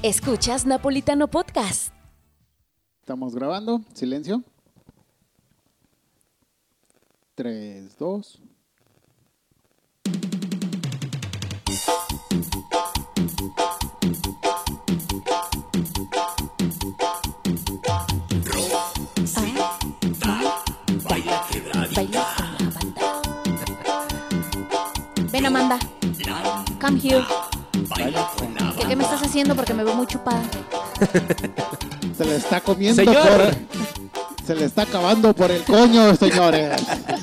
Escuchas Napolitano Podcast. Estamos grabando. Silencio. 3, 2. Baila con la banda. Ven, Amanda. Come here. ¿Qué me estás haciendo? Porque me veo muy chupada. Se le está comiendo Señor. Se le está acabando por el coño, señores.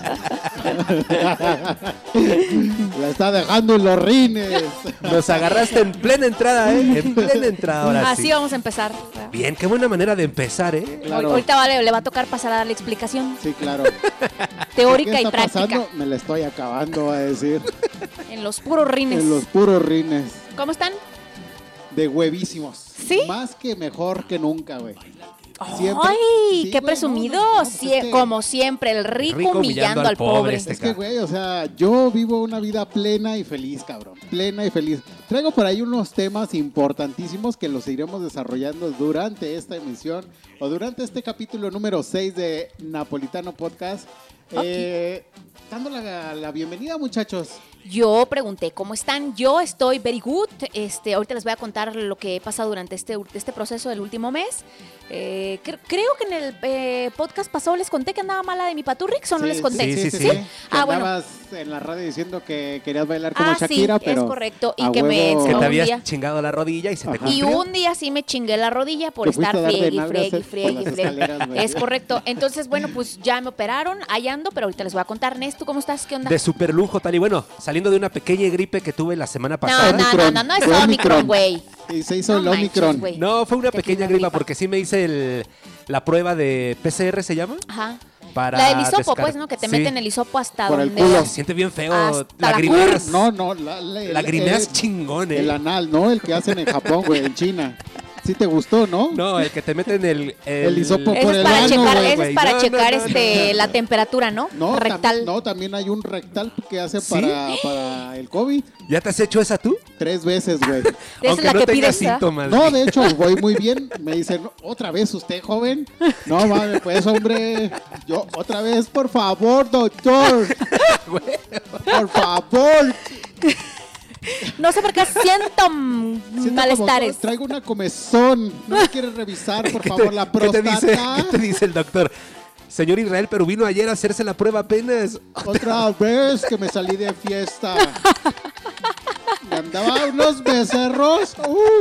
La está dejando en los rines. Nos agarraste en plena entrada, ¿eh? En plena entrada, ahora Así sí. vamos a empezar. Bien, qué buena manera de empezar, ¿eh? Claro. Ahorita le va a tocar pasar a dar la explicación Sí, claro. teórica ¿Qué y está práctica. pasando? Me la estoy acabando a decir. En los puros rines. En los puros rines. ¿Cómo están? De huevísimos. ¿Sí? Más que mejor que nunca, güey. ¡Ay! Sí, ¡Qué güey, presumido! no, pues Sí, es que- como siempre, el rico humillando al pobre. este Es que, güey, o sea, yo vivo una vida plena y feliz, cabrón. Plena y feliz. Traigo por ahí unos temas importantísimos que los iremos desarrollando durante esta emisión o durante este capítulo número 6 de Napolitano Podcast. Dando la bienvenida, muchachos. Yo pregunté, ¿cómo están? Yo estoy very good. Ahorita les voy a contar lo que he pasado durante este proceso del último mes. Creo que en el podcast pasado les conté que andaba mala de mi paturrix, ¿o no les conté? Sí. Que Ah, bueno. andabas en la radio diciendo que querías bailar como Ah, Shakira, sí, pero es correcto. Y a que me huevo- Que un te habías día- chingado la rodilla y se te Ajá. Y cumplió. un día sí me chingué la rodilla por Te fuiste estar a dar de friegue, nalgas friegue, por friegue, las friegue. escaleras, güey. Es correcto. Entonces, bueno, pues ya me operaron, ahí ando, pero ahorita les voy a contar. Nés, ¿tú cómo estás? ¿Qué onda? De super lujo, tal y bueno, saliendo de una pequeña gripe que tuve la semana pasada. No, es Fue Omicron, Omicron. güey. Y se hizo el No manches, Omicron. güey. No, fue una Te pequeña tiene gripa gripa. porque sí me hice la prueba de PCR, ¿se llama? Ajá. Para La del hisopo, descar- pues, ¿no? Que te Sí. meten el hisopo hasta Por el donde... culo. Se siente bien feo. Hasta la Lagrimeas. No, Lagrimeas chingón, ¿eh? El anal, ¿no? El que hacen en Japón, güey, en China. Sí te gustó, ¿no? No, el que te meten El hisopo Eso por es el para ano, checar, güey. eso es para No, checar no, no. la temperatura, ¿no? No, Rectal. también hay un rectal que hace ¿Sí? para el COVID. ¿Ya te has hecho esa tú? 3 veces, güey. Esa es Aunque la no que tengas pides, ¿verdad? síntomas. No, de hecho, voy muy bien. Me dicen, ¿otra vez usted, joven? No, mames, pues, hombre. Yo, otra vez, por favor, doctor. Por favor. No sé por qué siento Siento malestares. como traigo una comezón. ¿No me quieres revisar, por favor, la ¿Qué te próstata? dice el doctor? Señor Israel, pero vino ayer a hacerse la prueba apenas. Otra vez que me salí de fiesta. Me andaba unos becerros.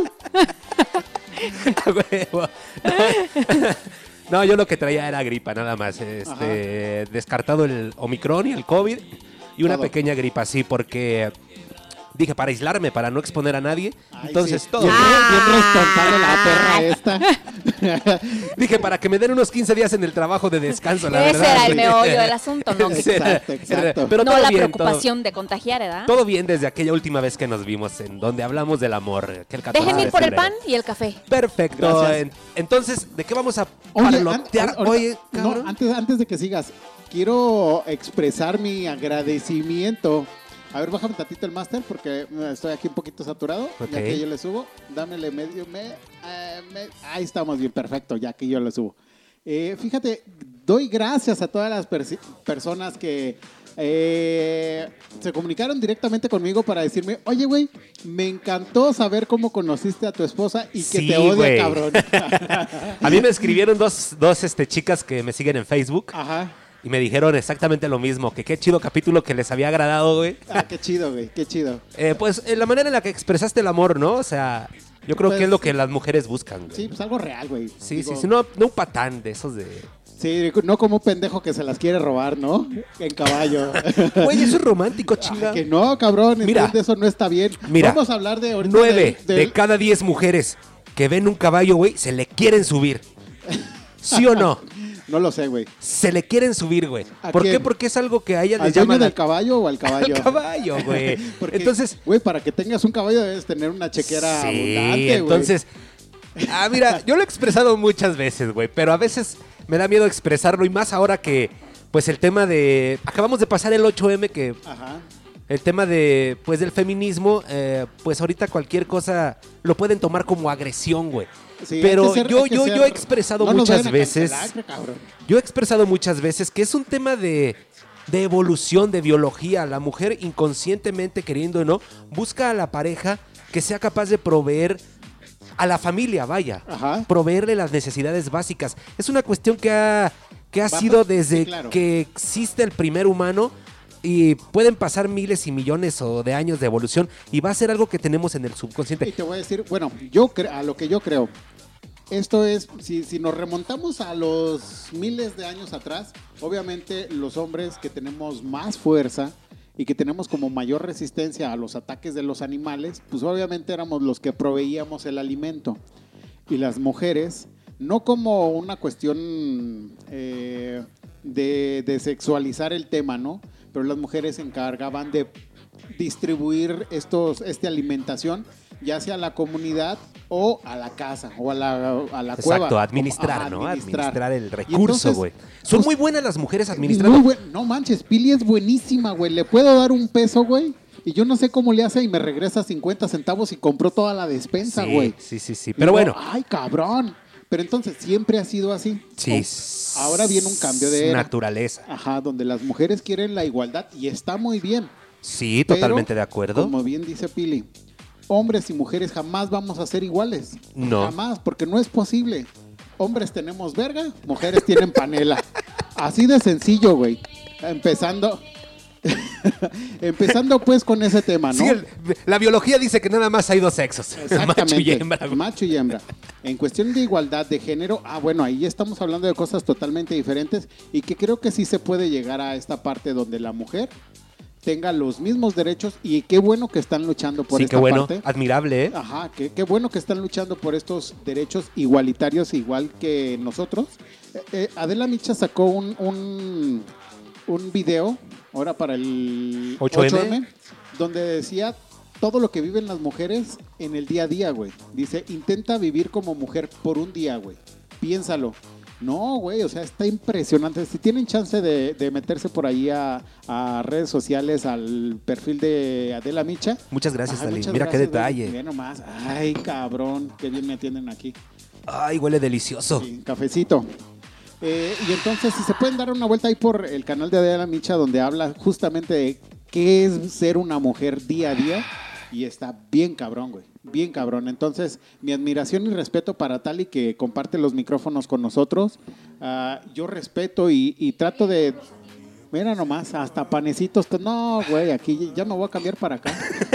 A huevo. No, yo lo que traía era gripa, nada más. Descartado el Omicron y el COVID y una Todo. pequeña gripa, sí, porque dije para aislarme, para no exponer a nadie. Ay, Entonces sí. todo. Bien, bien responsable la perra esta. Dije para que me den unos 15 días en el trabajo de descanso, la Ese verdad. era el sí. meollo del asunto, ¿no? Ese era- Exacto. Pero No todo la bien, preocupación de contagiar, ¿verdad? Todo bien desde aquella última vez que nos vimos, en donde hablamos del amor. Que el 14 Déjenme de ir por el febrero. pan y el café. Perfecto. Gracias. Entonces, ¿de qué vamos a Oye, parlotear? ahorita- Oye, no, cabrón. antes de que sigas, quiero expresar mi agradecimiento. A ver, bájame tantito el máster porque estoy aquí un poquito saturado. Ok. Ya que yo le subo, dámele medio. Ahí estamos bien, perfecto, ya que yo le subo. Fíjate, doy gracias a todas las personas que se comunicaron directamente conmigo para decirme, oye, güey, me encantó saber cómo conociste a tu esposa y que Sí, te odia, güey. cabrón. A mí me escribieron dos chicas que me siguen en Facebook Ajá. y me dijeron exactamente lo mismo, que qué chido capítulo que les había agradado, güey. Ah, qué chido, güey, qué chido. Pues la manera en la que expresaste el amor, ¿no? O sea, yo creo Pues, que es lo que las mujeres buscan, güey. Sí, pues algo real, güey. Sí, Digo, sí, no un patán de esos de... Sí, no como un pendejo que se las quiere robar, ¿no? En caballo. Güey, eso es romántico, Ay, chinga. que no, cabrón, Mira. entonces eso no está bien. Mira, Vamos a hablar de ahorita 9 del- de cada 10 mujeres que ven un caballo, güey, se le quieren subir. ¿Sí o no? No lo sé, güey. Se le quieren subir, güey. ¿A ¿Por quién? qué? Porque es algo que a ella ¿Al les dueño llama del caballo o al caballo? al caballo, güey. Porque, Entonces, güey, para que tengas un caballo debes tener una chequera sí, abundante, güey. entonces, mira, yo lo he expresado muchas veces, güey, pero a veces me da miedo expresarlo y más ahora que, pues el tema de, acabamos de pasar el 8M que Ajá. el tema de, pues, del feminismo, pues ahorita cualquier cosa lo pueden tomar como agresión, güey. Sí, pero hay que yo ser- he expresado no nos muchas vayan a veces, cancelar, cabrón. yo he expresado muchas veces que es un tema de evolución, de biología. La mujer inconscientemente, queriendo o no, busca a la pareja que sea capaz de proveer a la familia, vaya, Ajá. proveerle las necesidades básicas. Es una cuestión que ha Va- sido desde sí, claro. que existe el primer humano y pueden pasar miles y millones o de años de evolución y va a ser algo que tenemos en el Y subconsciente. te voy a decir, bueno, a lo que yo creo, esto es, si nos remontamos a los miles de años atrás, obviamente los hombres que tenemos más fuerza y que tenemos como mayor resistencia a los ataques de los animales, pues obviamente éramos los que proveíamos el alimento. Y las mujeres, no como una cuestión de sexualizar el tema, ¿no? Pero las mujeres se encargaban de distribuir esta alimentación, ya sea a la comunidad o a la casa o a la cueva. Exacto, administrar, Ajá, ¿no? Administrar el Y recurso, entonces, güey. Son pues, muy buenas las mujeres administrando. No manches, Pili es buenísima, güey. Le puedo dar un peso, güey. Y yo no sé cómo le hace y me regresa 50 centavos y compró toda la despensa, güey. Sí. Y Pero digo, bueno, ay, cabrón. Pero entonces, ¿siempre ha sido así? sí. ¿O ahora viene un cambio de era? Naturaleza. Ajá, donde las mujeres quieren la igualdad y está muy bien. Sí, Pero, totalmente de acuerdo. Como bien dice Pili, hombres y mujeres jamás vamos a ser iguales. No. Jamás, porque no es posible. Hombres tenemos verga, mujeres tienen panela. Así de sencillo, güey. Empezando pues con ese tema, ¿no? Sí, la biología dice que nada más hay dos sexos. Exactamente. Macho y hembra, güey. Macho y hembra. En cuestión de igualdad de género, bueno, ahí estamos hablando de cosas totalmente diferentes y que creo que sí se puede llegar a esta parte donde la mujer tenga los mismos derechos y qué bueno que están luchando por Sí, esta qué bueno. parte. Admirable, ¿eh? Ajá, qué bueno que están luchando por estos derechos igualitarios igual que nosotros. Adela Micha sacó un video ahora para el 8M, donde decía todo lo que viven las mujeres en el día a día, güey. Dice, intenta vivir como mujer por un día, güey. Piénsalo. No, güey, o sea, está impresionante. Si tienen chance de meterse por ahí a redes sociales, al perfil de Adela Micha. Muchas gracias, Ay, Ali. muchas Mira qué gracias, detalle. Ve nomás. Ay, cabrón, qué bien me atienden aquí. Ay, huele delicioso. Sí, cafecito. Y entonces, si se pueden dar una vuelta ahí por el canal de Adela Micha, donde habla justamente de qué es ser una mujer día a día, y está bien cabrón, güey. Bien cabrón. Entonces, mi admiración y respeto para Tali, que comparte los micrófonos con nosotros. Yo respeto y trato de... Mira nomás, hasta panecitos. No, güey, aquí ya me voy a cambiar para acá.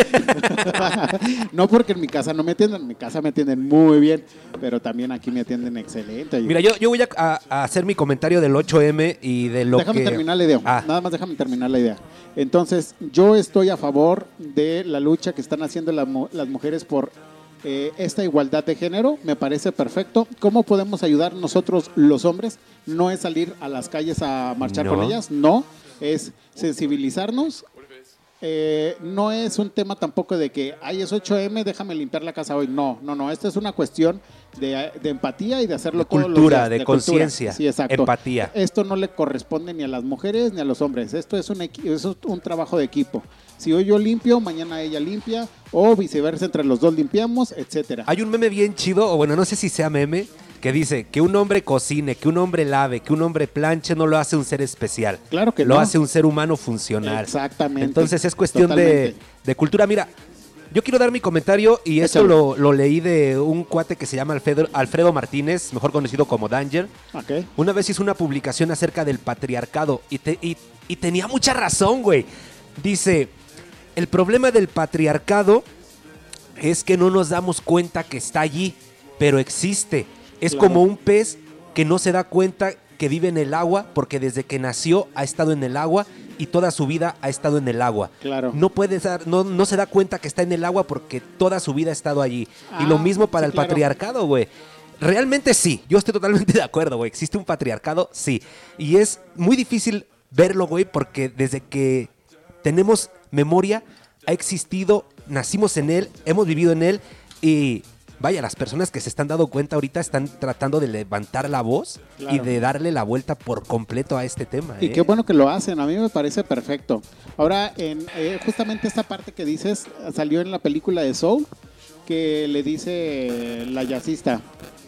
No porque en mi casa no me atienden, en mi casa me atienden muy bien, pero también aquí me atienden excelente. Mira, yo voy a hacer mi comentario del 8M y de lo Déjame que... terminar la idea. Nada más déjame terminar la idea. Entonces, yo estoy a favor de la lucha que están haciendo las mujeres por esta igualdad de género. Me parece perfecto. ¿Cómo podemos ayudar nosotros los hombres? No es salir a las calles a marchar con ellas, no. Es sensibilizarnos. No es un tema tampoco de que, ay, es 8M, déjame limpiar la casa hoy. No. Esta es una cuestión de empatía y de hacerlo De todos cultura, los días. de conciencia, Sí, exacto. empatía. Esto no le corresponde ni a las mujeres ni a los hombres. Esto es un trabajo de equipo. Si hoy yo limpio, mañana ella limpia, o viceversa, entre los dos limpiamos, etcétera. Hay un meme bien chido, o bueno, no sé si sea meme, que dice que un hombre cocine, que un hombre lave, que un hombre planche no lo hace un ser especial. Claro que lo no. hace un ser humano funcional. Exactamente. Entonces es cuestión Totalmente. de cultura. Mira, yo quiero dar mi comentario y esto Échale. lo leí de un cuate que se llama Alfredo Martínez, mejor conocido como Danger. Ok. Una vez hizo una publicación acerca del patriarcado y tenía mucha razón, güey. Dice, el problema del patriarcado es que no nos damos cuenta que está allí, pero existe. Es Claro. como un pez que no se da cuenta que vive en el agua porque desde que nació ha estado en el agua y toda su vida ha estado en el agua. Claro. No se da cuenta que está en el agua porque toda su vida ha estado allí. Y lo mismo para sí, el claro. patriarcado, güey. Realmente sí, yo estoy totalmente de acuerdo, güey. Existe un patriarcado, sí. Y es muy difícil verlo, güey, porque desde que tenemos memoria ha existido, nacimos en él, hemos vivido en él y vaya, las personas que se están dando cuenta ahorita están tratando de levantar la voz Claro. y de darle la vuelta por completo a este tema. Y qué bueno que lo hacen, a mí me parece perfecto. Ahora, justamente esta parte que dices salió en la película de Soul, que le dice la jazzista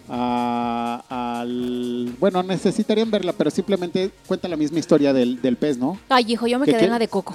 bueno, necesitarían verla, pero simplemente cuenta la misma historia del pez, ¿no? Ay, hijo, yo me ¿Qué, quedé qué? en la de Coco.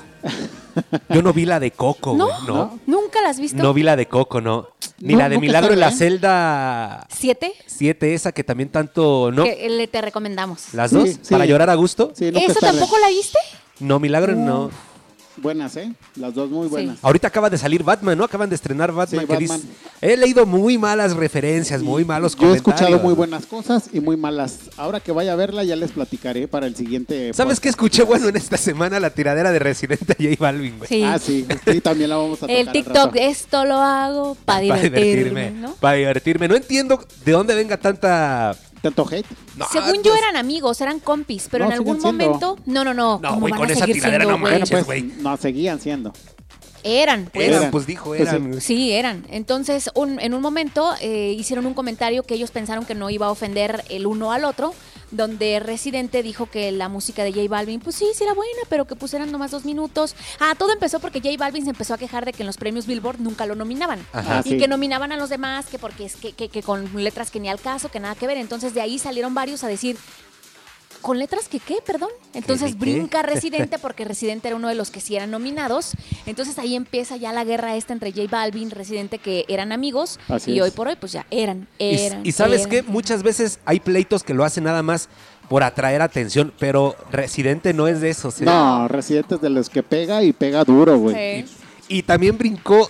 Yo no vi la de Coco, ¿No? güey. No, ¿Nunca la has visto? no vi la de Coco, no. Ni No, la de nunca Milagro en la sabe, ¿eh? celda 7, 7, esa que también tanto, ¿no? que te recomendamos. ¿Las Sí, dos? sí. ¿Para llorar a gusto? Sí, nunca ¿Esa es tarde. tampoco la viste? No, Milagro no. Buenas, ¿eh? Las dos muy Sí. buenas. Ahorita acaba de salir Batman, ¿no? Acaban de estrenar Batman. Sí, que Batman. dice- he leído muy malas referencias, muy malos Yo he comentarios. escuchado muy buenas cosas y muy malas. Ahora que vaya a verla ya les platicaré para el siguiente. ¿Sabes qué escuché, bueno, en esta semana? La tiradera de Residente a J Balvin, güey. Sí. Ah, sí, sí, también la vamos a tocar. El al TikTok, rato. esto lo hago para divertirme, ¿no? Para divertirme. No entiendo de dónde venga tanta... ¿Tanto hate? No, Según no yo es- eran amigos, eran compis, pero No, en algún siguen siendo. momento... No. No, ¿cómo güey, van con a esa seguir tiradera siendo, no güey? Bueno, manches, pues güey. no, seguían siendo. Eran, pues. Eran, pues dijo, Pues eran. Sí, eran. Entonces, en un momento hicieron un comentario que ellos pensaron que no iba a ofender el uno al otro, donde Residente dijo que la música de J Balvin, pues sí era buena, pero que pusieran nomás 2 minutos. Todo empezó porque J Balvin se empezó a quejar de que en los premios Billboard nunca lo nominaban. Ajá. Ah, Y sí. que nominaban a los demás, que porque es que con letras que ni al caso, que nada que ver. Entonces de ahí salieron varios a decir, ¿con letras que qué? Perdón. Entonces qué? brinca Residente porque Residente era uno de los que sí eran nominados. Entonces ahí empieza ya la guerra esta entre J Balvin, Residente, que eran amigos. Así y es. hoy por hoy pues ya eran. Y ¿sabes qué? Muchas veces hay pleitos que lo hacen nada más por atraer atención, pero Residente no es de esos. ¿eh? No, Residente es de los que pega y pega duro, güey. Sí. Y también brincó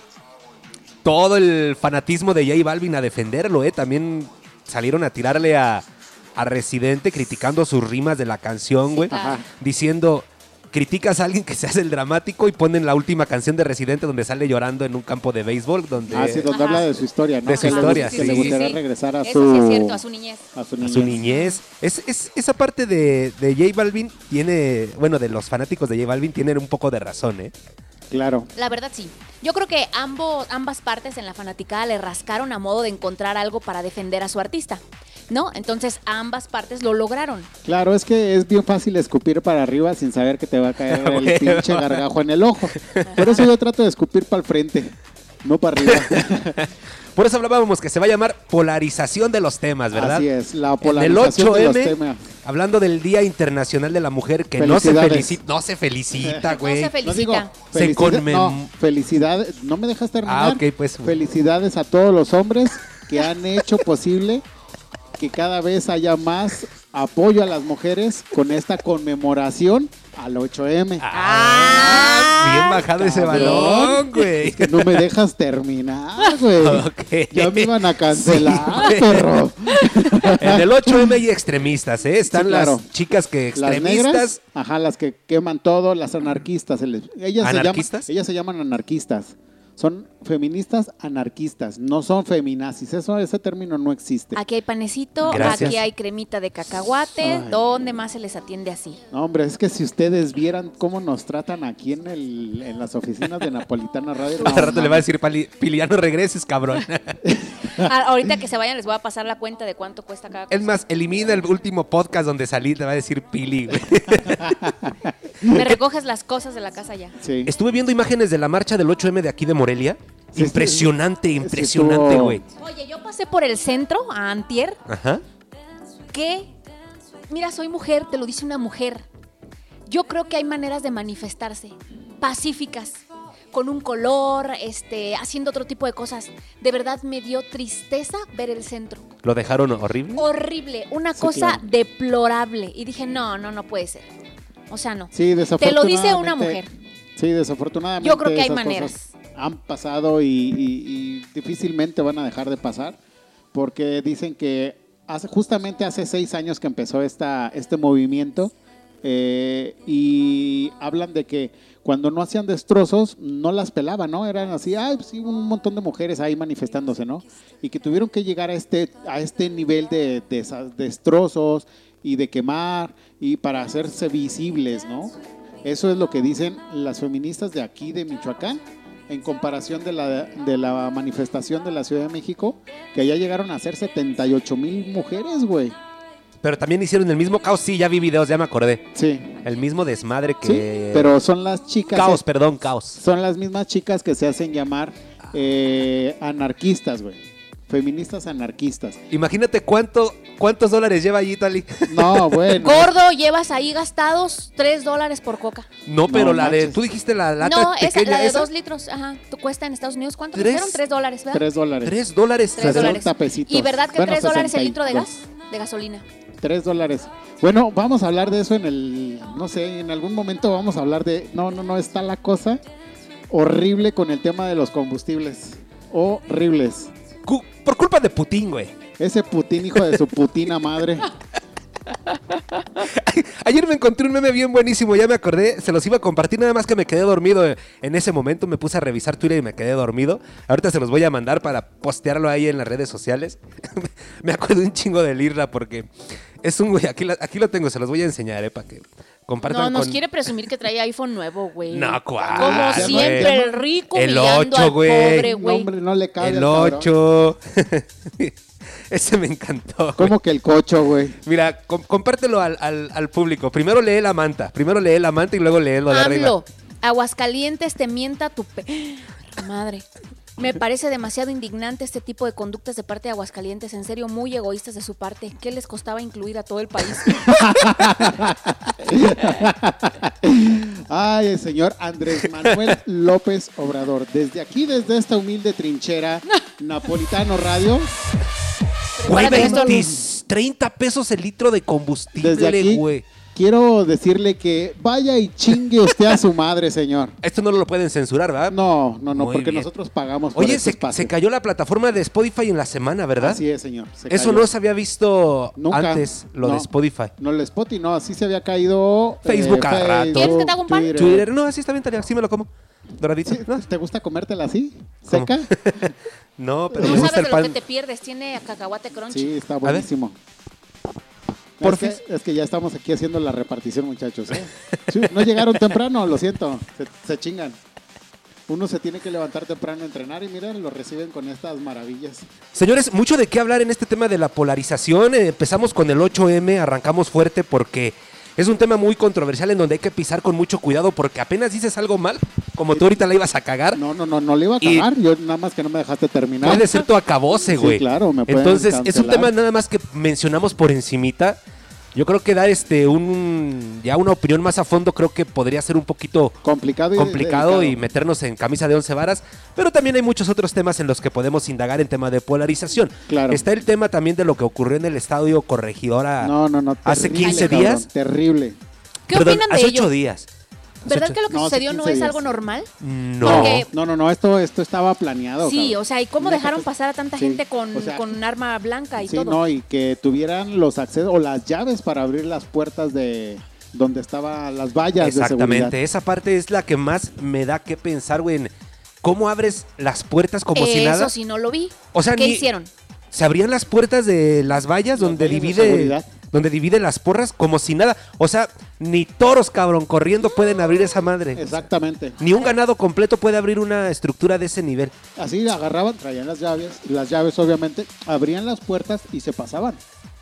todo el fanatismo de J Balvin a defenderlo, ¿eh? También salieron a tirarle a Residente criticando sus rimas de la canción, güey. claro. Ajá. Diciendo, criticas a alguien que se hace el dramático y ponen la última canción de Residente donde sale llorando en un campo de béisbol, donde... Ah, sí, donde Ajá. habla de su historia, ¿no? De su Que le historia, gusta- que sí. le gustaría Sí. regresar a Eso su... sí es cierto, a su niñez. a su a niñez. su niñez. Esa parte de J Balvin tiene, bueno, de los fanáticos de J Balvin tienen un poco de razón, ¿eh? Claro. La verdad sí. Yo creo que ambas partes en la fanaticada le rascaron a modo de encontrar algo para defender a su artista, ¿no? Entonces ambas partes lo lograron. Claro, es que es bien fácil escupir para arriba sin saber que te va a caer el Güey. pinche gargajo en el ojo. Por eso yo trato de escupir para el frente, no para arriba. Por eso hablábamos que se va a llamar polarización de los temas, ¿verdad? Así es, la En el polarización de los 8M, temas. hablando del Día Internacional de la Mujer, que no se Felicidades. felicita, no se felicita, güey. No se No digo, felicita. Se conmem- felicidades, no me dejas terminar. Ah, ok, pues. Felicidades a todos los hombres que han hecho posible que cada vez haya más apoyo a las mujeres con esta conmemoración al 8M. Bien bajado ese cabrón. balón, güey. Es que no me dejas terminar, güey. Ok. Ya me iban a cancelar, Sí, güey. perro. En el 8M hay extremistas, ¿eh? Están Sí, claro. las chicas que Las extremistas. negras, ajá, las que queman todo, las anarquistas. ¿Anarquistas? Ellas se llaman anarquistas. Son feministas anarquistas, no son feminazis. Ese término no existe. Aquí hay panecito, Gracias. aquí hay cremita de cacahuate. Ay. ¿Dónde más se les atiende así? No, hombre, es que si ustedes vieran cómo nos tratan aquí en las oficinas de Napolitana Radio. Al rato le va a decir, Pili, ya no regreses, cabrón. Ahorita que se vayan les voy a pasar la cuenta de cuánto cuesta cada cosa. Es más, elimina el último podcast donde salí, te va a decir Pili, güey. Me recoges las cosas de la casa ya. Sí. Estuve viendo imágenes de la marcha del 8M de aquí de Morelia. Sí, Impresionante, sí, impresionante, estuvo- güey. Oye, yo pasé por el centro a antier Ajá. que, mira, soy mujer, te lo dice una mujer. Yo creo que hay maneras de manifestarse, pacíficas, con un color, haciendo otro tipo de cosas. De verdad me dio tristeza ver el centro. ¿Lo dejaron horrible? Horrible, una Sí, cosa claro. deplorable. Y dije, no puede ser. O sea, no. Sí, Te lo dice una desafortunadamente- mujer. Sí, desafortunadamente. Yo creo que hay esas maneras. cosas han pasado y difícilmente van a dejar de pasar porque dicen que justamente hace 6 años que empezó este movimiento y hablan de que cuando no hacían destrozos no las pelaban, ¿no? Eran así, pues sí, un montón de mujeres ahí manifestándose, ¿no? Y que tuvieron que llegar a este nivel de destrozos y de quemar y para hacerse visibles, ¿no? Eso es lo que dicen las feministas de aquí, de Michoacán, en comparación de la manifestación de la Ciudad de México, que ya llegaron a ser 78,000 mujeres, güey. Pero también hicieron el mismo caos, sí, ya vi videos, ya me acordé. Sí. El mismo desmadre Sí, que... pero son las chicas... Caos. Son las mismas chicas que se hacen llamar anarquistas, güey. Feministas anarquistas. Imagínate cuántos dólares lleva allí, Tali. No, bueno. Gordo, llevas ahí gastados $3 por coca. No, pero No la de... manches. ¿Tú dijiste la lata No, esa, pequeña la de esa? 2 litros. Ajá. ¿Tú cuesta en Estados Unidos cuánto? ¿Tres? Fueron $3, ¿verdad? $3. $3. $3. 60 pesitos. ¿Y verdad que Bueno, $3 el litro de 62. gas? De gasolina. $3. Bueno, vamos a hablar de eso no sé, en algún momento vamos a hablar de... No, está la cosa horrible con el tema de los combustibles. Horribles. Por culpa de Putin, güey. Ese Putin, hijo de su putina madre. Ayer me encontré un meme bien buenísimo, ya me acordé, se los iba a compartir, nada más que me quedé dormido en ese momento, me puse a revisar Twitter y me quedé dormido. Ahorita se los voy a mandar para postearlo ahí en las redes sociales. Me acuerdo un chingo del Irra porque es un güey, aquí lo tengo, se los voy a enseñar, para que compartan. No, nos con... quiere presumir que trae iPhone nuevo, güey. No, ¿cuál? Como güey? siempre, el rico El humillando 8, al güey. pobre, No, güey. hombre, no le cabe al El cabrón. 8. Ese me encantó. Güey. ¿Cómo que el cocho, güey? Mira, compártelo al público. Primero lee la manta y luego lee lo de arriba. AMLO, Aguascalientes te mienta tu madre. Me parece demasiado indignante este tipo de conductas de parte de Aguascalientes. En serio, muy egoístas de su parte. ¿Qué les costaba incluir a todo el país? Ay, el señor Andrés Manuel López Obrador. Desde aquí, desde esta humilde trinchera, Napolitano Radio. Güey, Prepárate esto. 30 pesos el litro de Desde combustible, aquí, güey. quiero decirle que vaya y chingue usted a su madre, señor. Esto no lo pueden censurar, ¿verdad? No, Muy porque bien. nosotros pagamos por Oye, este espacio. se cayó la plataforma de Spotify en la semana, ¿verdad? Así es, señor. se Eso cayó. no se había visto Nunca. antes, lo de No. Spotify. No, el Spotify, no, así se había caído. Facebook a rato. ¿Quieres que te haga un pan? Twitter, no, así está bien, Tania, sí me lo como. Doradito. Sí, No, ¿te gusta comértela así? ¿Cómo? ¿Seca? no, pero No me gusta sabes el de lo que pan. te pierdes. Tiene cacahuate crunchy. Sí, está ver. buenísimo. Porfis. Es que ya estamos aquí haciendo la repartición, muchachos. ¿Eh? Sí, no llegaron temprano, lo siento. Se chingan. Uno se tiene que levantar temprano a entrenar y miren, lo reciben con estas maravillas. Señores, mucho de qué hablar en este tema de la polarización. Empezamos con el 8M, arrancamos fuerte porque es un tema muy controversial en donde hay que pisar con mucho cuidado porque apenas dices algo mal, como tú ahorita la ibas a cagar, No le iba a Y- cagar. Yo nada más que no me dejaste terminar. puede ser tu acabose, Sí, güey. claro, me pueden Entonces, es un cancelar. tema nada más que mencionamos por encimita. Yo creo que dar ya una opinión más a fondo creo que podría ser un poquito complicado complicado y delicado. meternos en camisa de 11 varas, pero también hay muchos otros temas en los que podemos indagar en tema de polarización. Claro. Está el tema también de lo que ocurrió en el estadio Corregidora No. hace terrible, 15 cabrón, días. Terrible. ¿Qué Perdón, opinan de hace ello? 8 días. ¿Verdad que lo que No, hace sucedió no 15 es días. algo normal? No. Porque- No, esto estaba planeado. Sí, cabrón. o sea, ¿y cómo Una dejaron cosa- pasar a tanta Sí, gente con, o sea, con arma blanca y Sí, todo? no, y que tuvieran los accesos o las llaves para abrir las puertas de donde estaban las vallas de seguridad. Exactamente, esa parte es la que más me da que pensar, güey, en cómo abres las puertas como si nada. Eso sí no lo vi. O sea, ¿Qué ni- hicieron? Se abrían las puertas de las vallas Las donde vallas de divide seguridad. donde divide las porras como si nada. O sea, ni toros, cabrón, corriendo pueden abrir esa madre. Exactamente. Ni un ganado completo puede abrir una estructura de ese nivel. Así agarraban, traían las llaves obviamente, abrían las puertas y se pasaban.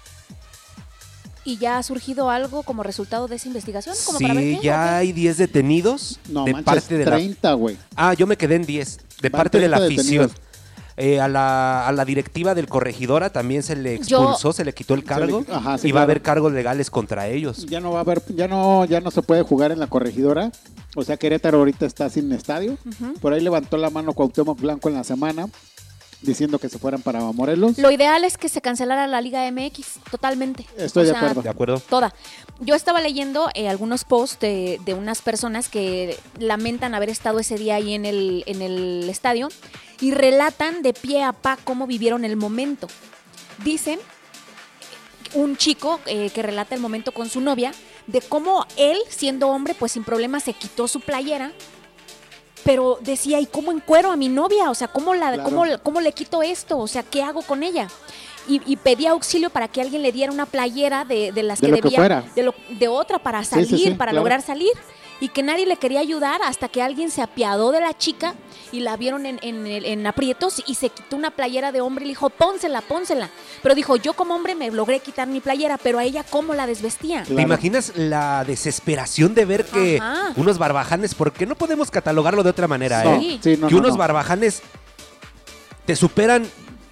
¿Y ya ha surgido algo como resultado de esa investigación? ¿Como para ver Sí, qué? ya ¿O qué? hay 10 detenidos No de manches, parte de 30, güey. yo me quedé en 10. De Van parte de la 30 afición. detenidos. A la directiva del Corregidora también se le expulsó, se le quitó el cargo Ajá, sí, y va a claro. haber cargos legales contra ellos. Ya no va a haber, ya no se puede jugar en la Corregidora. O sea, Querétaro ahorita está sin estadio. Por ahí levantó la mano Cuauhtémoc Blanco en la semana, diciendo que se fueran para Morelos. Lo ideal es que se cancelara la Liga MX, totalmente. Estoy de acuerdo. ¿De acuerdo? Toda. Yo estaba leyendo algunos posts de unas personas que lamentan haber estado ese día ahí en el estadio y relatan de pie a pa cómo vivieron el momento. Dicen, un chico que relata el momento con su novia, de cómo él, siendo hombre, pues sin problema se quitó su playera, pero decía, ¿y cómo encuero a mi novia? O sea, Claro. ¿cómo le quito esto? O sea, ¿qué hago con ella? Y pedía auxilio para que alguien le diera una playera de las De que lo que debía, fuera. de otra para Sí, sí, salir, sí, para claro. lograr salir. y que nadie le quería ayudar hasta que alguien se apiadó de la chica y la vieron en aprietos y se quitó una playera de hombre y le dijo, pónsela. Pero dijo, yo como hombre me logré quitar mi playera, pero a ella ¿cómo la desvestía? Claro. ¿Te imaginas la desesperación de ver que Ajá. unos barbajanes, porque no podemos catalogarlo de otra manera, No, Sí. sí, no, que no, unos no. barbajanes te superan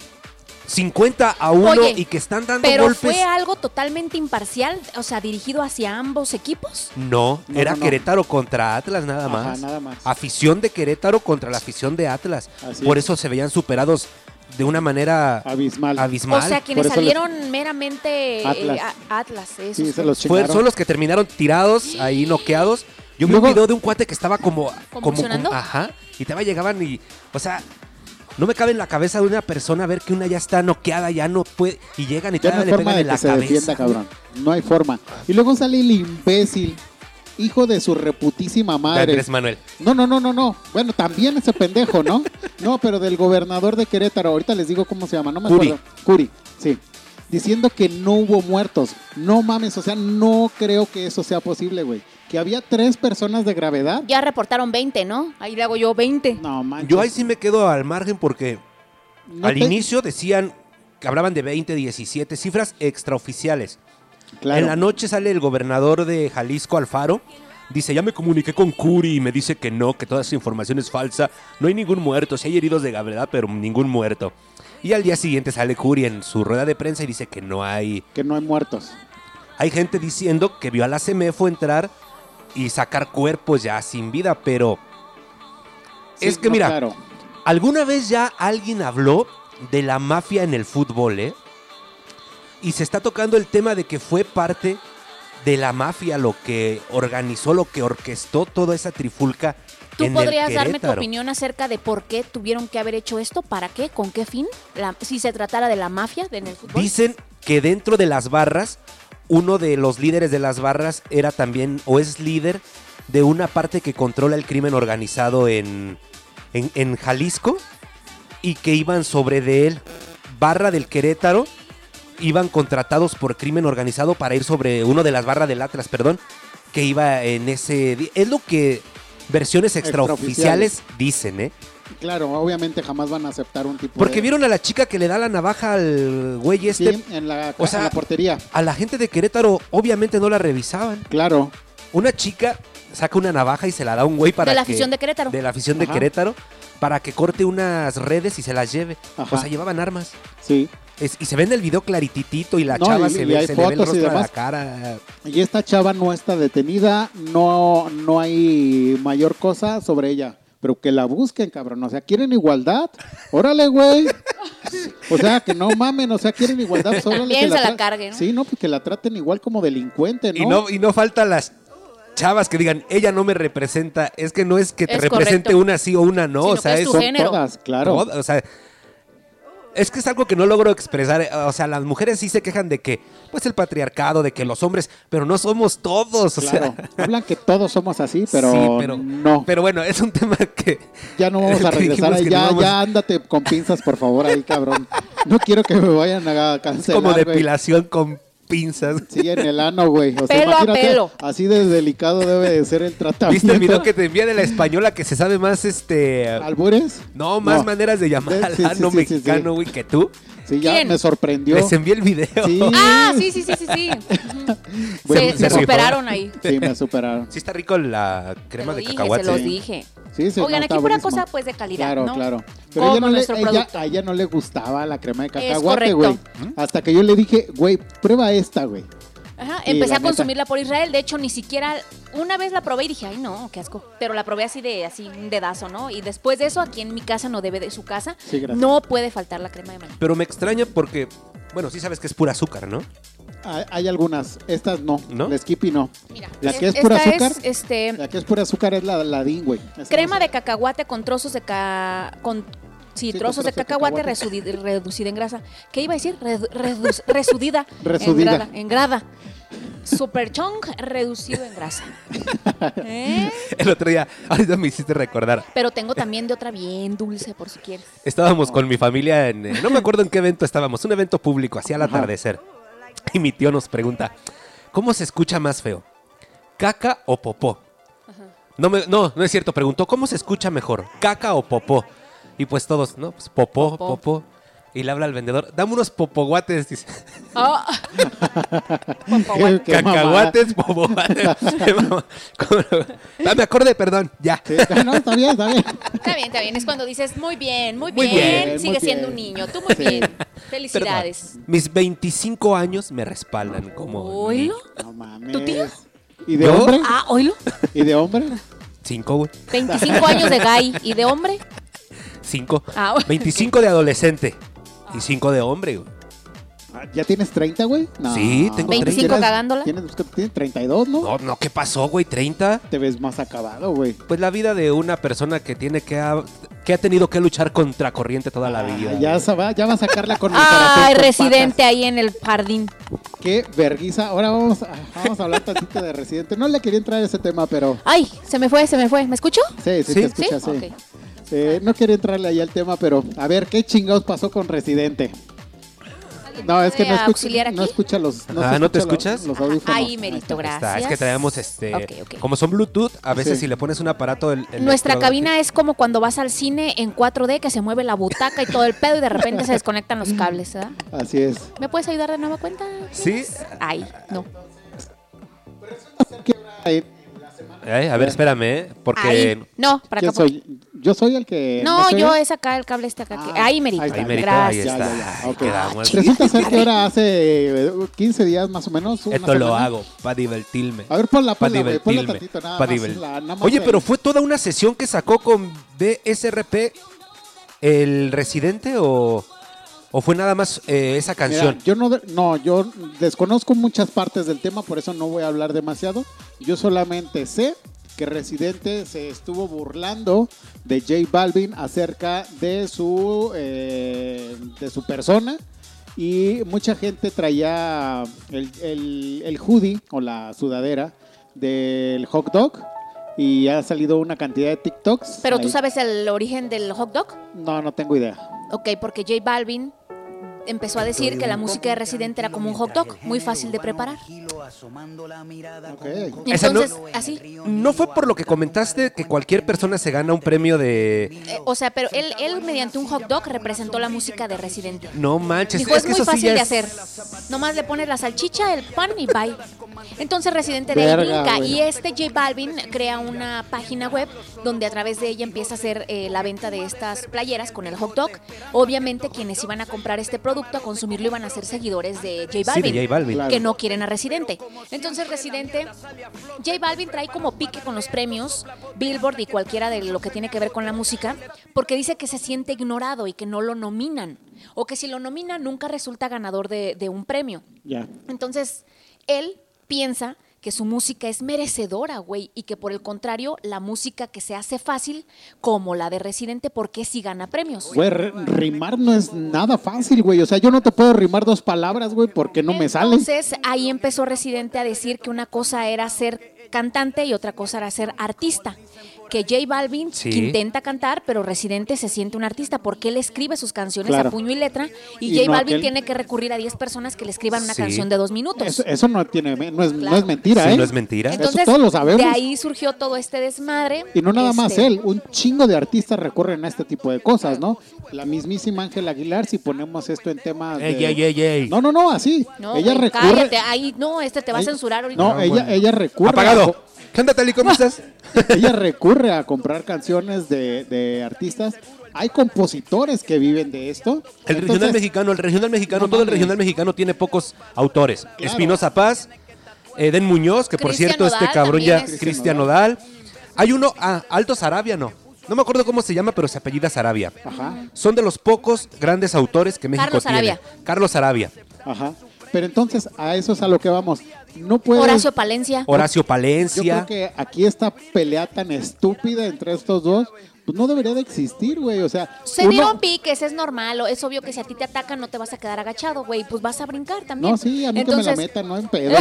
50-1 Oye, y que están dando Pero golpes? fue algo totalmente imparcial, o sea, dirigido hacia ambos equipos. No, No, era no, no. Querétaro contra Atlas nada Ajá, más. nada más. Afición de Querétaro contra la afición de Atlas. Así Por es. eso se veían superados de una manera Abismal. abismal. O sea, quienes Por eso salieron meramente Atlas. Atlas, esos Sí, se fueron. los chingaron. Son los que terminaron tirados, ahí noqueados. Yo vi Luego- un video de un cuate que estaba como... ¿Convulsionando? Ajá. Y todavía llegaban y... O sea, no me cabe en la cabeza de una persona ver que una ya está noqueada, ya no puede... Y llegan y Ya no todavía hay le forma pegan de en que la se cabeza. defienda, cabrón. No hay forma. Y luego sale el imbécil, hijo de su reputísima De madre. Andrés Manuel. No. Bueno, también ese pendejo, ¿no? No, pero del gobernador de Querétaro. Ahorita les digo cómo se llama. No me Curi. acuerdo. Curi, sí. Diciendo que no hubo muertos. No mames, o sea, no creo que eso sea posible, güey. Que había 3 personas de gravedad. Ya reportaron 20, ¿no? Ahí le hago yo 20. No, manches. Yo ahí sí me quedo al margen porque No al te- inicio decían que hablaban de 20, 17, cifras extraoficiales. Claro. En la noche sale el gobernador de Jalisco, Alfaro. Dice, ya me comuniqué con Curi y me dice que no, que toda esa información es falsa. No hay ningún muerto, sí hay heridos de gravedad, pero ningún muerto. Y al día siguiente sale Curi en su rueda de prensa y dice que no hay... Que no hay muertos. Hay gente diciendo que vio a la CEMEFO entrar y sacar cuerpos ya sin vida, pero... Sí, es que no, mira, Claro. alguna vez ya alguien habló de la mafia en el fútbol, ¿eh? Y se está tocando el tema de que fue parte de la mafia lo que organizó, lo que orquestó toda esa trifulca. ¿Tú en podrías el darme tu Querétaro. opinión acerca de por qué tuvieron que haber hecho esto? ¿Para qué? ¿Con qué fin? Si se tratara de la mafia en el fútbol. Dicen que dentro de las barras, uno de los líderes de las barras era también, o es líder de una parte que controla el crimen organizado en Jalisco y que iban sobre de él. Barra del Querétaro, iban contratados por crimen organizado para ir sobre uno de las barras del Atlas, perdón, que iba en ese... Es lo que versiones extraoficiales dicen, ¿eh? Claro, obviamente jamás van a aceptar un tipo Porque de... vieron a la chica que le da la navaja al güey este. Sí, en la, o sea, en la portería. A la gente de Querétaro obviamente no la revisaban. Claro. Una chica saca una navaja y se la da a un güey para De la que- afición de Querétaro. De la afición de Ajá. Querétaro para que corte unas redes y se las lleve. Ajá. O sea, llevaban armas. Sí. Y se ve en el video clarititito y la No, chava y se hay ve, se le ve el fotos y rostro de la demás. cara. Y esta chava no está detenida, no hay mayor cosa sobre ella. Pero que la busquen, cabrón. O sea, ¿quieren igualdad? Órale, güey. O sea, que no mamen, o sea, quieren igualdad. Pues, órale, que Piensa la tra- cargue, ¿no? Sí, no, pues que la traten igual como delincuente, ¿no? Y no faltan las chavas que digan, ella no me representa. Es que no es que te Es represente correcto. una sí o una no. Sino O sea, que es es tu Son género. todas, claro. O sea, es que es algo que no logro expresar. O sea, las mujeres sí se quejan de que, pues, el patriarcado, de que los hombres, pero no somos todos. O Claro. sea, Hablan que todos somos así, pero, sí, no. Pero bueno, es un tema que... Ya no vamos a que regresar dijimos ahí. que Ya, no vamos- ya ándate con pinzas, por favor, ahí, cabrón. No quiero que me vayan a Es cancelar, como güey. depilación con pinzas. Sí, en el ano, güey. O sea, Pelo a imagínate, pelo. así de delicado debe de ser el tratamiento. ¿Viste el video que te envía de la española que se sabe más, ¿Albures? No, más maneras de llamar al Sí, sí, ano sí, sí, mexicano, güey, que tú? Sí, ya ¿Quién? me sorprendió. Les envié el video. Sí. Ah, sí. Ujú. Bueno, se se superaron ahí. Sí, me superaron. Sí está rico la crema de cacahuate. Se los Sí. dije. Sí, sí, Oigan, no, aquí está pura buenísimo. cosa pues de calidad, Claro, ¿no? claro. Como ella no nuestro producto. a ella no le gustaba la crema de Es cacahuate, güey. correcto. Hasta que yo le dije, güey, prueba esta, güey. Ajá, Y empecé la a consumirla por Israel, de hecho ni siquiera una vez la probé y dije, ay no, qué asco, pero la probé así un dedazo, ¿no? Y después de eso, aquí en mi casa no debe de su casa, Sí, gracias. no puede faltar la crema de maní. Pero me extraña porque, bueno, sí sabes que es pura azúcar, ¿no? Hay algunas, estas no. ¿No? La Skippy no. Mira, La que es pura esta azúcar. es La que es pura azúcar es la DIN, güey. Esa crema no sé. de cacahuate con trozos de Sí, con trozos de trozos de cacahuate cacahuate. reducida en grasa. ¿Qué iba a decir? Resudida. Resudida. En grada. Super chong reducido en grasa. ¿Eh? El otro día, ahorita me hiciste recordar. Pero tengo también de otra bien dulce, por si quieres. Estábamos con mi familia en... no me acuerdo en qué evento estábamos. Un evento público, así al Ajá. atardecer. Y mi tío nos pregunta, ¿cómo se escucha más feo? ¿Caca o popó? No es cierto. Preguntó, ¿cómo se escucha mejor? ¿Caca o popó? Y pues todos, ¿no? Pues popó. Y le habla al vendedor, dame unos popoguates, dice. Oh. Qué Cacahuates, popoguates. Me acordé, perdón, ya. Sí, no, está bien. Está bien. Es cuando dices, muy bien. Muy bien, Sigue muy siendo bien. un niño. Tú muy Sí. bien. Felicidades. Perdón. Mis 25 años me respaldan como... ¿Oílo? No mames. ¿Tu tío? ¿Y de ¿Yo? hombre? Ah, oílo. ¿Y de hombre? 5, güey. 25 años de gay. ¿Y de hombre? 5. Ah, bueno. 25 de adolescente. Y 5 de hombre, güey. ¿Ya tienes 30, güey? No. Sí, tengo 25 30. cagándola. Tienes 32, ¿no? No, ¿qué pasó, güey? ¿30? Te ves más acabado, güey. Pues la vida de una persona que tiene que ha tenido que luchar contra corriente toda la vida. Ya va a sacarla con el Ay, karate con residente patas. ahí en el jardín. Qué verguiza. Ahora vamos a hablar tantito de Residente. No le quería entrar a ese tema, pero... Ay, se me fue. ¿Me escucho? Sí, ¿Sí? te escuchas, sí. Ok. No quería entrarle ahí al tema, pero a ver, ¿qué chingados pasó con Residente? No, es que ¿Puede auxiliar aquí? no escucha los... ¿no te escuchas? Los audífonos. Ahí, merito, Ahí está. gracias. Es que traemos Ok. como son Bluetooth, a veces Sí. si le pones un aparato... Nuestra cabina es como cuando vas al cine en 4D, que se mueve la butaca y todo el pedo y de repente se desconectan los cables, ¿verdad? Así es. ¿Me puedes ayudar de nueva cuenta? Sí. Ay, no. A ver, espérame, porque... Ahí. No, para ¿Quién acá. soy? Yo soy el que... No, se yo oye? es acá, el cable está acá. Ah, Ahí, merito. ahí está. Ahí, merito, Gracias. ahí está. Ya. Ahí Ok. quedamos. Resulta ser que ahora hace 15 días más o menos. una Esto lo semana. hago para divertirme. A ver, ponla, Para güey. Ponla divertirme. tantito, nada pa' más. divert- Nada más Oye, ahí. pero fue toda una sesión que sacó con BSRP el Residente o fue nada más esa canción. Mira, yo desconozco muchas partes del tema, por eso no voy a hablar demasiado. Yo solamente sé que Residente se estuvo burlando de J Balvin acerca de su persona, y mucha gente traía el hoodie o la sudadera del hot dog, y ha salido una cantidad de TikToks. Pero tú ahí. sabes el origen del hot dog. No tengo idea. Ok, porque J Balvin empezó a decir que la música de Residente era como un hot dog, muy fácil de preparar. Ok. Esa no- Entonces, así. ¿No fue por lo que comentaste que cualquier persona se gana un premio de... O sea, pero él mediante un hot dog representó la música de Residente. No manches, Dijo, es que muy eso sí fácil ya de es- hacer. Nomás le pones la salchicha, el pan y bye. Entonces Residente de ahí Verga, brinca. güey. Y J Balvin crea una página web donde a través de ella empieza a hacer la venta de estas playeras con el hot dog. Obviamente quienes iban a comprar este producto, a consumirlo, iban a ser seguidores de J Sí, Balvin. de J Balvin. Claro. Que no quieren a Residente. Entonces Residente, J Balvin trae como pique con los premios Billboard y cualquiera de lo que tiene que ver con la música, porque dice que se siente ignorado y que no lo nominan, o que si lo nominan nunca resulta ganador de un premio. Ya. Entonces, él piensa que su música es merecedora, güey, y que por el contrario, la música que se hace fácil, como la de Residente, ¿por qué sí gana premios? Güey, rimar no es nada fácil, güey. O sea, yo no te puedo rimar dos palabras, güey, porque no me salen. Entonces, ahí empezó Residente a decir que una cosa era ser cantante y otra cosa era ser artista. Que J Balvin Sí. intenta cantar, pero Residente se siente un artista porque él escribe sus canciones Claro. a puño y letra, y Y J no Balvin aquel. tiene que recurrir a 10 personas que le escriban una Sí. canción de 2 minutos. Eso no es Claro. mentira, Sí, ¿eh? no es mentira. Entonces, Eso todos lo sabemos. de ahí surgió todo este desmadre. Y no nada más Este, él, un chingo de artistas recurren a este tipo de cosas, ¿no? La mismísima Ángela Aguilar, si ponemos esto en temas de... Ey. No, así. No, ella güey, recurre... cállate, ahí no, te va a Ay, censurar ahorita. No, ella recurre... Apagado. ¿Qué onda, Tali? ¿Cómo estás? Ella recurre a comprar canciones de artistas. Hay compositores que viven de esto. El regional Entonces, mexicano, No todo el mames. regional mexicano tiene pocos autores. Claro. Espinoza Paz, Eden Muñoz, que por Cristian cierto este Nodal cabrón también ya, es- Cristian Nodal. Hay uno, Aldo Sarabia, no me acuerdo cómo se llama, pero se apellida Sarabia. Ajá, Son de los pocos grandes autores que México Carlos tiene. Sarabia. Carlos Sarabia, ajá. Pero entonces, a eso es a lo que vamos. No puedes... Horacio Palencia. Horacio Yo Palencia. creo que aquí esta pelea tan estúpida entre estos dos, pues no debería de existir, güey. O sea, Se dieron piques, es normal, es obvio que si a ti te atacan no te vas a quedar agachado, güey, pues vas a brincar también. No, sí, a mí que me la metan, no en pedo.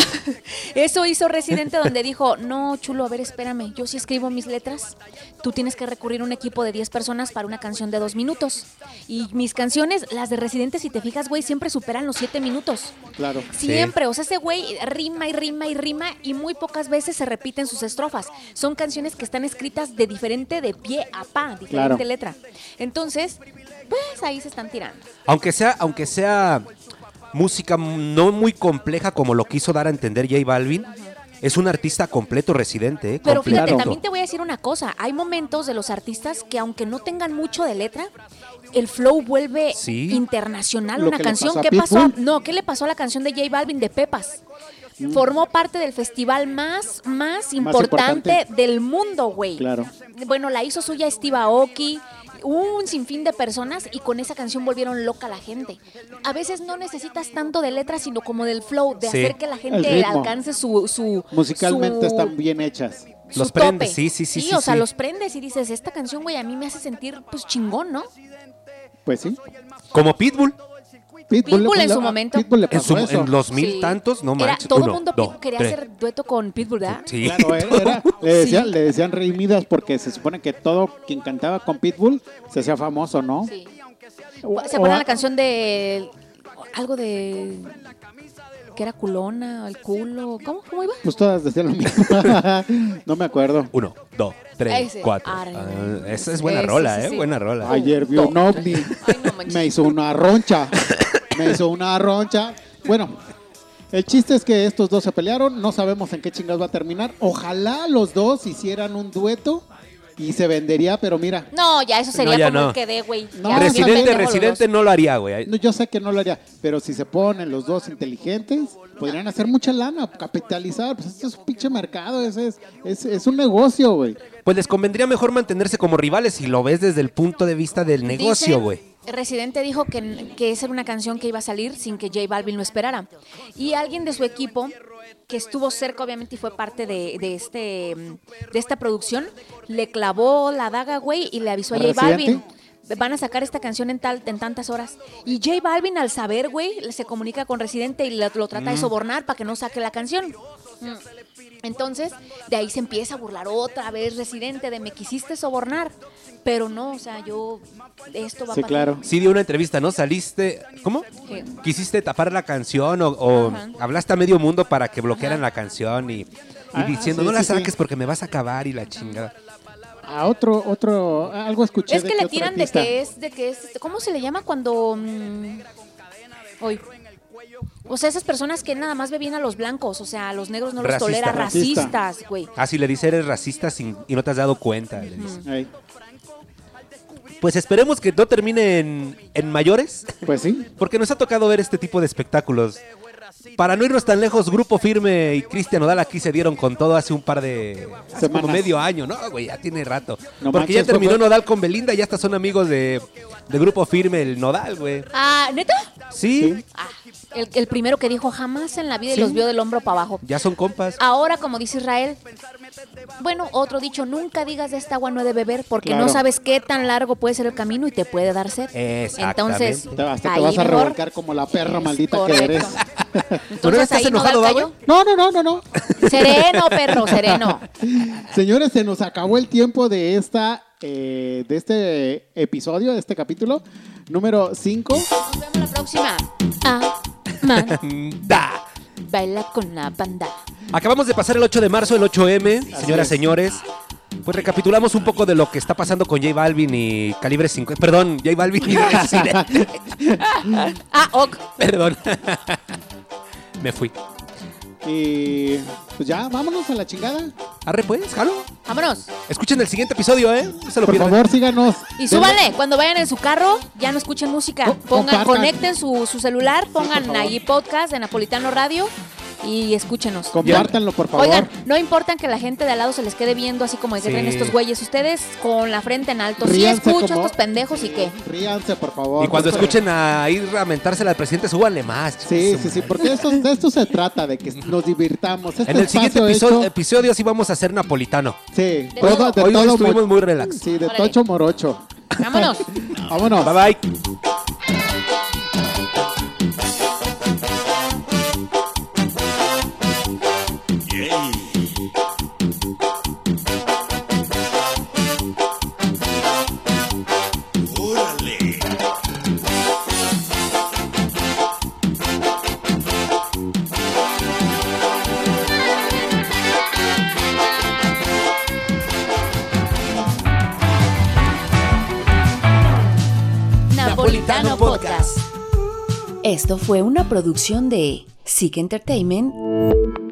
Eso hizo Residente donde dijo, no, chulo, a ver, espérame, yo sí escribo mis letras, tú tienes que recurrir a un equipo de 10 personas para una canción de 2 minutos. Y mis canciones, las de Residente, si te fijas, güey, siempre superan los 7 minutos. Claro. Siempre, o sea, ese güey rima y rima y rima y muy pocas veces se repiten sus estrofas. Son canciones que están escritas de pie a pa, diferente Claro. letra. Entonces, pues ahí se están tirando. Aunque sea música no muy compleja como lo quiso dar a entender J Balvin, es un artista completo, Residente, ¿eh? Pero fíjate, Completo. también te voy a decir una cosa. Hay momentos de los artistas que aunque no tengan mucho de letra, el flow vuelve Sí. internacional. Lo Una que le canción, pasó a ¿qué pasó? Pitbull. No, ¿qué le pasó a la canción de J Balvin de Pepas? Formó parte del festival más importante importante. del mundo, güey. Claro. Bueno, la hizo suya Steve Aoki, un sinfín de personas y con esa canción volvieron loca a la gente. A veces no necesitas tanto de letras, sino como del flow, de Sí. hacer que la El gente ritmo. alcance su Musicalmente su- están bien hechas. su Los prendes, tope. sí, o sea, sí. los prendes y dices, esta canción, güey, a mí me hace sentir, pues, chingón, ¿no? Pues sí. Como Pitbull, Pitbull en su momento. Pitbull le en, pasó eso. en los mil Sí. tantos, no Era, manches. todo el Uno, mundo dos, quería tres. hacer dueto con Pitbull, ¿verdad? Sí. Claro, le decían Rey Midas porque se supone que todo quien cantaba con Pitbull se hacía famoso, ¿no? Sí. O- ¿Se o acuerdan a- la canción de algo de que era culona, el culo? ¿Cómo iba? Pues todas decían lo mismo. No me acuerdo. 1, 2, 3, Ese. 4. Arre. Esa es buena Sí, rola, sí, sí, sí. Buena rola. Ayer vi un ovni. Ay, no manches. Me hizo una roncha. Bueno, el chiste es que estos dos se pelearon. No sabemos en qué chingados va a terminar. Ojalá los dos hicieran un dueto y se vendería, pero mira, No, ya eso sería No, ya como no. el que dé, güey. No, Ya, Residente, pendejos los Residente dos. no lo haría, güey. no, yo sé que no lo haría, pero si se ponen los dos inteligentes, podrían hacer mucha lana, capitalizar. Pues esto es un pinche mercado, es un negocio, güey. Pues les convendría mejor mantenerse como rivales si lo ves desde el punto de vista del negocio, Dicen, güey. Residente dijo que esa era una canción que iba a salir sin que J Balvin lo esperara. Y alguien de su equipo, que estuvo cerca obviamente y fue parte de esta producción, le clavó la daga, güey, y le avisó a J ¿Residente? Balvin. Van a sacar esta canción en tantas horas. Y J Balvin, al saber, güey, se comunica con Residente y lo trata de sobornar para que no saque la canción. Entonces, de ahí se empieza a burlar otra vez Residente de me quisiste sobornar. Pero no, o sea, esto va a Sí, pasar. claro. Sí dio una entrevista, ¿no? Saliste, ¿cómo? ¿Qué? Quisiste tapar la canción o Ajá. hablaste a medio mundo para que bloquearan la canción y diciendo, sí, no la sí, sí. saques porque me vas a acabar y la chingada. A algo escuché Es de que le otro tiran artista. de que es, ¿cómo se le llama cuando hoy? O sea, esas personas que nada más ve bien a los blancos, o sea, a los negros no los Racista. tolera, Racista. racistas, güey. Ah, si le dice eres racista y no te has dado cuenta. Le dice. Ey, Pues esperemos que no termine en mayores, pues sí. porque nos ha tocado ver este tipo de espectáculos. Para no irnos tan lejos, Grupo Firme y Cristian Nodal aquí se dieron con todo hace un par de... Hace como Semanas. medio año, ¿no? Güey, ya tiene rato. No porque ya manches, terminó fue- Nodal con Belinda y ya hasta son amigos de Grupo Firme, el Nodal, güey. Ah, ¿neta? Sí, Sí. Ah, el primero que dijo jamás en la vida y Sí. los vio del hombro para abajo. ya son compas. Ahora, como dice Israel, bueno, otro dicho, nunca digas de esta agua no he de beber porque Claro. no sabes qué tan largo puede ser el camino y te puede dar sed. Exactamente. Entonces, Hasta te ahí vas a mejor- revolcar como la perra maldita que Correcto. eres. Entonces, ¿Pero estás ahí enojado, Nodal güey? cayó. No. Sereno, perro, sereno. Señores, se nos acabó el tiempo de este episodio, de este capítulo número 5. Nos vemos la próxima. Ah, man, Da. baila con la banda. Acabamos de pasar el 8 de marzo, el 8M, señoras, es. señores. Pues recapitulamos un poco de lo que está pasando con J Balvin y Calibre 50. Perdón, J Balvin y Residente. Ah, ok. Perdón. Me fui. Y pues ya, vámonos a la chingada. Arre pues, jalo. Vámonos. Escuchen el siguiente episodio, ¿eh? No se lo Por pierdan. favor, síganos. Y súbanle, cuando vayan en su carro, ya no escuchen música. Compartan. Conecten su celular, pongan favor. ahí podcast de Napolitano Radio y escúchenos. Compártanlo, por favor. Oigan, no importa que la gente de al lado se les quede viendo así como de que Sí. creen estos güeyes. Ustedes con la frente en alto. Sí Ríanse escucho a como- estos pendejos y qué. Ríanse, por favor. Y cuando Porque- escuchen a ir a mentársela al presidente, súbanle más. Sí, Su sí, sí, madre. porque de esto se trata, de que nos divirtamos. Este En el siguiente espacio hecho- episodio sí vamos a hacer napolitano. Sí, todo. de Hoy todo estuvimos mo- muy relax. Sí, de Órale. tocho morocho. Vámonos. Vámonos. Bye bye. ¡Órale! Esto fue una producción de Sick Entertainment